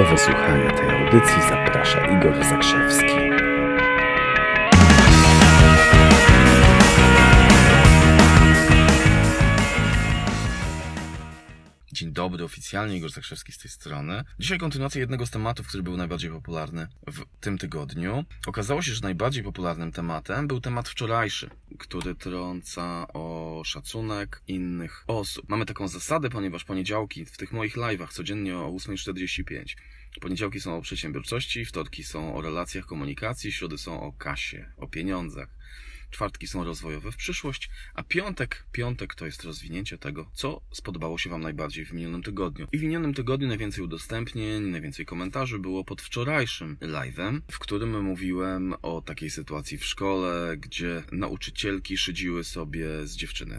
Do wysłuchania tej audycji zaprasza Igor Zakrzewski. Dzień dobry, oficjalnie Igor Zakrzewski z tej strony. Dzisiaj kontynuacja jednego z tematów, który był najbardziej popularny w tym tygodniu. Okazało się, że najbardziej popularnym tematem był temat wczorajszy, który trąca o szacunek innych osób. Mamy taką zasadę, ponieważ poniedziałki w tych moich live'ach codziennie o 8:45. Poniedziałki są o przedsiębiorczości, wtorki są o relacjach, komunikacji, środy są o kasie, o pieniądzach. Czwartki są rozwojowe w przyszłość, a piątek to jest rozwinięcie tego, co spodobało się Wam najbardziej w minionym tygodniu. I w minionym tygodniu najwięcej udostępnień, najwięcej komentarzy było pod wczorajszym live'em, w którym mówiłem o takiej sytuacji w szkole, gdzie nauczycielki szydziły sobie z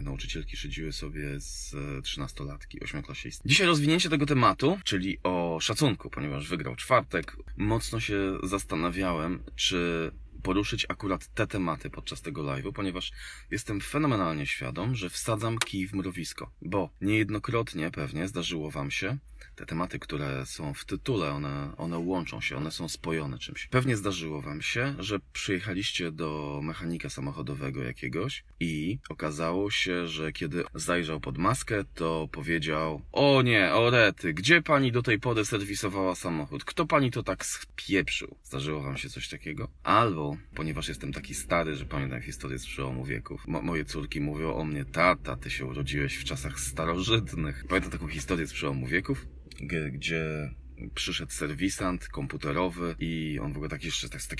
13-latki, 8-klasisty. Dzisiaj rozwinięcie tego tematu, czyli o szacunku, ponieważ wygrał czwartek. Mocno się zastanawiałem, czy poruszyć akurat te tematy podczas tego live'u, ponieważ jestem fenomenalnie świadom, że wsadzam kij w mrowisko, bo niejednokrotnie pewnie zdarzyło Wam się, te tematy, które są w tytule, one łączą się, one są spojone czymś. Pewnie zdarzyło Wam się, że przyjechaliście do mechanika samochodowego jakiegoś i okazało się, że kiedy zajrzał pod maskę, to powiedział: o nie, o rety, gdzie pani do tej pory serwisowała samochód? Kto pani to tak spieprzył? Zdarzyło Wam się coś takiego? Albo, ponieważ jestem taki stary, że pamiętam historię z przełomu wieków, moje córki mówią o mnie: tata, ty się urodziłeś w czasach starożytnych. Pamiętam taką historię z przełomu wieków, gdzie przyszedł serwisant komputerowy i on w ogóle tak jeszcze z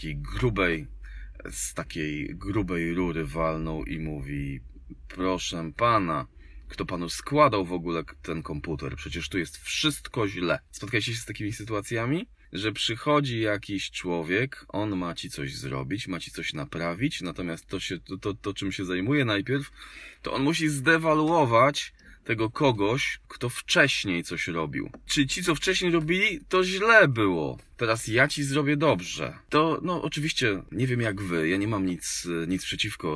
takiej grubej rury walnął i mówi: proszę pana, kto panu składał w ogóle ten komputer? Przecież tu jest wszystko źle. Spotkaliście się z takimi sytuacjami? Że przychodzi jakiś człowiek, on ma ci coś zrobić, ma ci coś naprawić, natomiast to czym się zajmuje najpierw, to on musi zdewaluować tego kogoś, kto wcześniej coś robił. Czyli ci, co wcześniej robili, to źle było. Teraz ja ci zrobię dobrze. To, oczywiście, nie wiem jak wy, ja nie mam nic przeciwko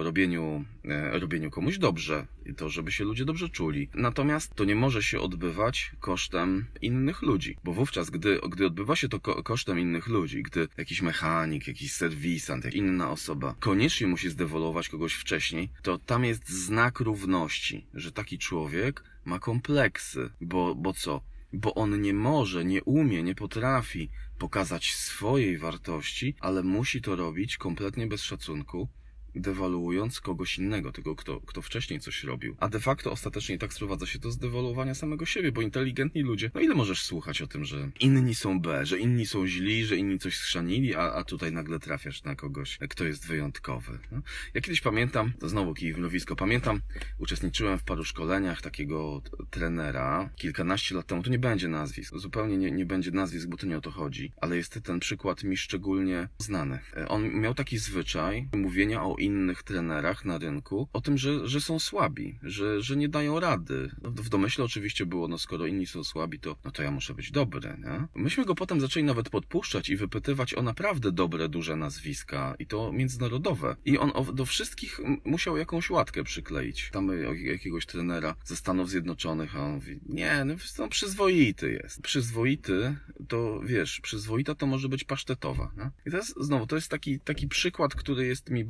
robieniu komuś dobrze. I to, żeby się ludzie dobrze czuli. Natomiast to nie może się odbywać kosztem innych ludzi. Bo wówczas, gdy odbywa się to kosztem innych ludzi, gdy jakiś mechanik, jakiś serwisant, jak inna osoba koniecznie musi zdewolować kogoś wcześniej, to tam jest znak równości, że taki człowiek ma kompleksy. Bo co? Bo on nie może, nie umie, nie potrafi pokazać swojej wartości, ale musi to robić kompletnie bez szacunku, dewaluując kogoś innego, tego, kto wcześniej coś robił. A de facto ostatecznie i tak sprowadza się to z dewaluowania samego siebie, bo inteligentni ludzie, ile możesz słuchać o tym, że inni są B, że inni są źli, że inni coś schrzanili, a tutaj nagle trafiasz na kogoś, kto jest wyjątkowy. No. Ja kiedyś pamiętam, to znowu kij w mrowisko, uczestniczyłem w paru szkoleniach takiego trenera kilkanaście lat temu, tu nie będzie nazwisk, zupełnie nie będzie nazwisk, bo to nie o to chodzi, ale jest ten przykład mi szczególnie znany. On miał taki zwyczaj mówienia o innych trenerach na rynku, o tym, że są słabi, że nie dają rady. W domyśle oczywiście było, skoro inni są słabi, to ja muszę być dobry, nie? Myśmy go potem zaczęli nawet podpuszczać i wypytywać o naprawdę dobre, duże nazwiska i to międzynarodowe. I on do wszystkich musiał jakąś łatkę przykleić. Tam jakiegoś trenera ze Stanów Zjednoczonych, a on mówi: nie, przyzwoity jest. Przyzwoity, to wiesz, przyzwoita to może być pasztetowa, nie? I teraz znowu, to jest taki przykład, który jest mi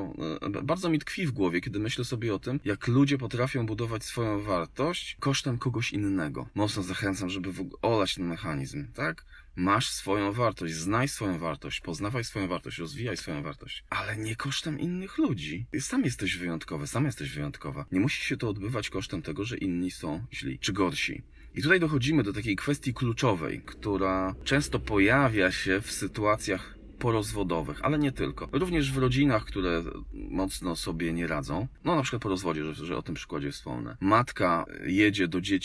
bardzo mi tkwi w głowie, kiedy myślę sobie o tym, jak ludzie potrafią budować swoją wartość kosztem kogoś innego. Mocno zachęcam, żeby olać ten mechanizm, tak? Masz swoją wartość, znaj swoją wartość, poznawaj swoją wartość, rozwijaj swoją wartość, ale nie kosztem innych ludzi. Sam jesteś wyjątkowy, sam jesteś wyjątkowa. Nie musi się to odbywać kosztem tego, że inni są źli czy gorsi. I tutaj dochodzimy do takiej kwestii kluczowej, która często pojawia się w sytuacjach porozwodowych, ale nie tylko. Również w rodzinach, które mocno sobie nie radzą. Na przykład po rozwodzie, że o tym przykładzie wspomnę. Matka jedzie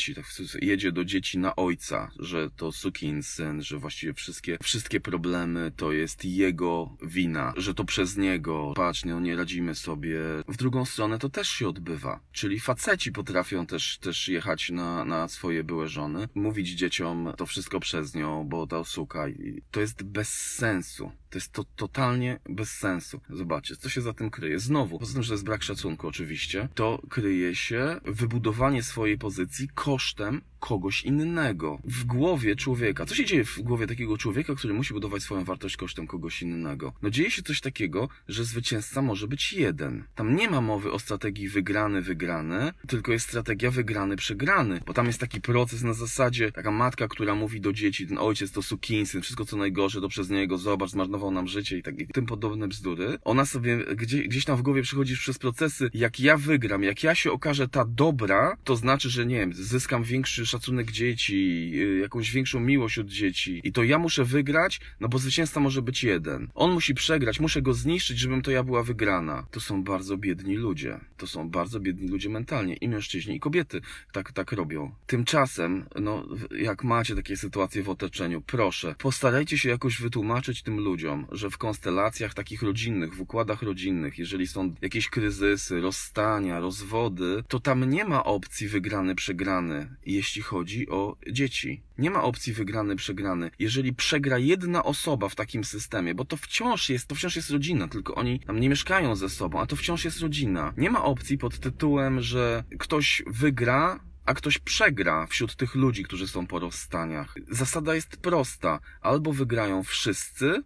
do dzieci na ojca, że to sukinsyn, że właściwie wszystkie problemy to jest jego wina, że to przez niego, patrz, nie radzimy sobie. W drugą stronę to też się odbywa. Czyli faceci potrafią też jechać na swoje byłe żony, mówić dzieciom: to wszystko przez nią, bo ta suka. To jest bez sensu. To jest to totalnie bez sensu. Zobaczcie, co się za tym kryje. Znowu, poza tym, że to jest brak szacunku oczywiście, to kryje się wybudowanie swojej pozycji kosztem kogoś innego. W głowie człowieka. Co się dzieje w głowie takiego człowieka, który musi budować swoją wartość kosztem kogoś innego? No dzieje się coś takiego, że zwycięzca może być jeden. Tam nie ma mowy o strategii wygrany, tylko jest strategia wygrany-przegrany. Bo tam jest taki proces na zasadzie, taka matka, która mówi do dzieci, ten ojciec to sukinsyn, wszystko co najgorsze to przez niego, zobacz, zmarnował nam życie i tym podobne bzdury. Ona sobie gdzieś tam w głowie przechodzi przez procesy, jak ja wygram, jak ja się okażę ta dobra, to znaczy, że nie wiem, zyskam większy szacunek dzieci, jakąś większą miłość od dzieci i to ja muszę wygrać, no bo zwycięzca może być jeden. On musi przegrać, muszę go zniszczyć, żebym to ja była wygrana. To są bardzo biedni ludzie. To są bardzo biedni ludzie mentalnie. I mężczyźni, i kobiety tak robią. Tymczasem, no, jak macie takie sytuacje w otoczeniu, proszę, postarajcie się jakoś wytłumaczyć tym ludziom, że w konstelacjach takich rodzinnych, w układach rodzinnych, jeżeli są jakieś kryzysy, rozstania, rozwody, to tam nie ma opcji wygrany-przegrany, jeśli chodzi o dzieci. Nie ma opcji wygrany-przegrany. Jeżeli przegra jedna osoba w takim systemie, bo to wciąż jest rodzina, tylko oni tam nie mieszkają ze sobą, a to wciąż jest rodzina. Nie ma opcji pod tytułem, że ktoś wygra, a ktoś przegra wśród tych ludzi, którzy są po rozstaniach. Zasada jest prosta. Albo wygrają wszyscy,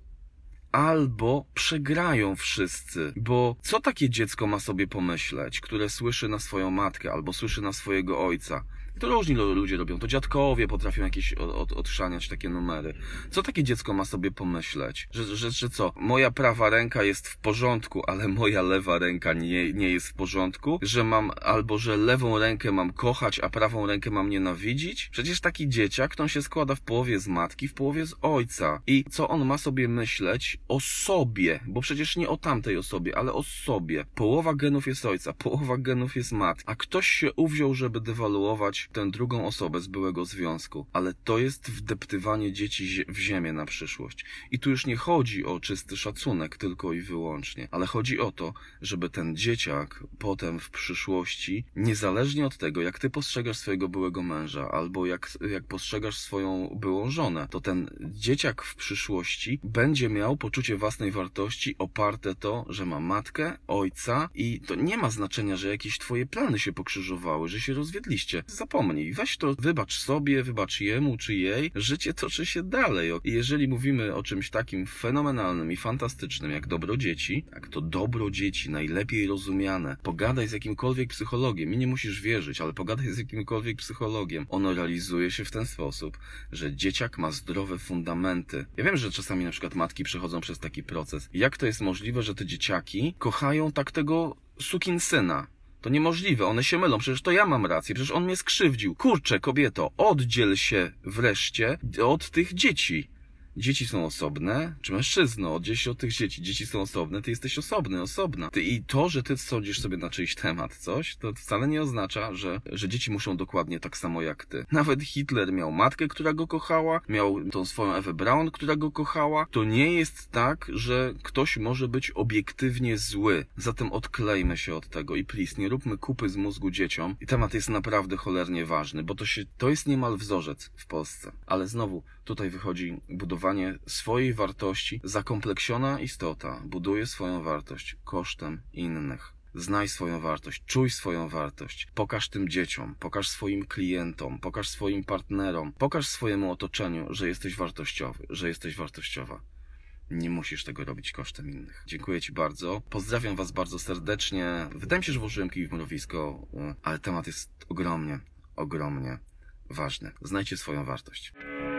albo przegrają wszyscy. Bo co takie dziecko ma sobie pomyśleć, które słyszy na swoją matkę, albo słyszy na swojego ojca? To różni ludzie robią, to dziadkowie potrafią jakieś odchrzaniać takie numery. Co takie dziecko ma sobie pomyśleć? Że co? Moja prawa ręka jest w porządku, ale moja lewa ręka nie jest w porządku? Że lewą rękę mam kochać, a prawą rękę mam nienawidzić? Przecież taki dzieciak, to on się składa w połowie z matki, w połowie z ojca. I co on ma sobie myśleć o sobie? Bo przecież nie o tamtej osobie, ale o sobie. Połowa genów jest ojca, połowa genów jest matki. A ktoś się uwziął, żeby dewaluować tę drugą osobę z byłego związku, ale to jest wdeptywanie dzieci w ziemię na przyszłość. I tu już nie chodzi o czysty szacunek tylko i wyłącznie, ale chodzi o to, żeby ten dzieciak potem w przyszłości, niezależnie od tego, jak ty postrzegasz swojego byłego męża, albo jak postrzegasz swoją byłą żonę, to ten dzieciak w przyszłości będzie miał poczucie własnej wartości oparte to, że ma matkę, ojca i to nie ma znaczenia, że jakieś twoje plany się pokrzyżowały, że się rozwiedliście. Zapomnij, weź to, wybacz sobie, wybacz jemu czy jej, życie toczy się dalej. I jeżeli mówimy o czymś takim fenomenalnym i fantastycznym jak dobro dzieci, jak to dobro dzieci, najlepiej rozumiane, pogadaj z jakimkolwiek psychologiem, mi nie musisz wierzyć, ale pogadaj z jakimkolwiek psychologiem. Ono realizuje się w ten sposób, że dzieciak ma zdrowe fundamenty. Ja wiem, że czasami na przykład matki przechodzą przez taki proces. Jak to jest możliwe, że te dzieciaki kochają tak tego sukinsyna? To niemożliwe, one się mylą, przecież to ja mam rację, przecież on mnie skrzywdził. Kurczę, kobieto, oddziel się wreszcie od tych dzieci. Dzieci są osobne, czy mężczyzno, oddziel się od tych dzieci. Dzieci są osobne, ty jesteś osobny, osobna. I to, że ty sądzisz sobie na czyjś temat coś, to wcale nie oznacza, że dzieci muszą dokładnie tak samo jak ty. Nawet Hitler miał matkę, która go kochała, miał tą swoją Ewę Braun, która go kochała. To nie jest tak, że ktoś może być obiektywnie zły. Zatem odklejmy się od tego i please, nie róbmy kupy z mózgu dzieciom. I temat jest naprawdę cholernie ważny, bo to jest niemal wzorzec w Polsce. Ale znowu, tutaj wychodzi budowanie swojej wartości. Zakompleksiona istota buduje swoją wartość kosztem innych. Znaj swoją wartość, czuj swoją wartość. Pokaż tym dzieciom, pokaż swoim klientom, pokaż swoim partnerom, pokaż swojemu otoczeniu, że jesteś wartościowy, że jesteś wartościowa. Nie musisz tego robić kosztem innych. Dziękuję ci bardzo. Pozdrawiam was bardzo serdecznie. Wydaje mi się, że włożyłem kij w mrowisko, ale temat jest ogromnie ważny. Znajdźcie swoją wartość.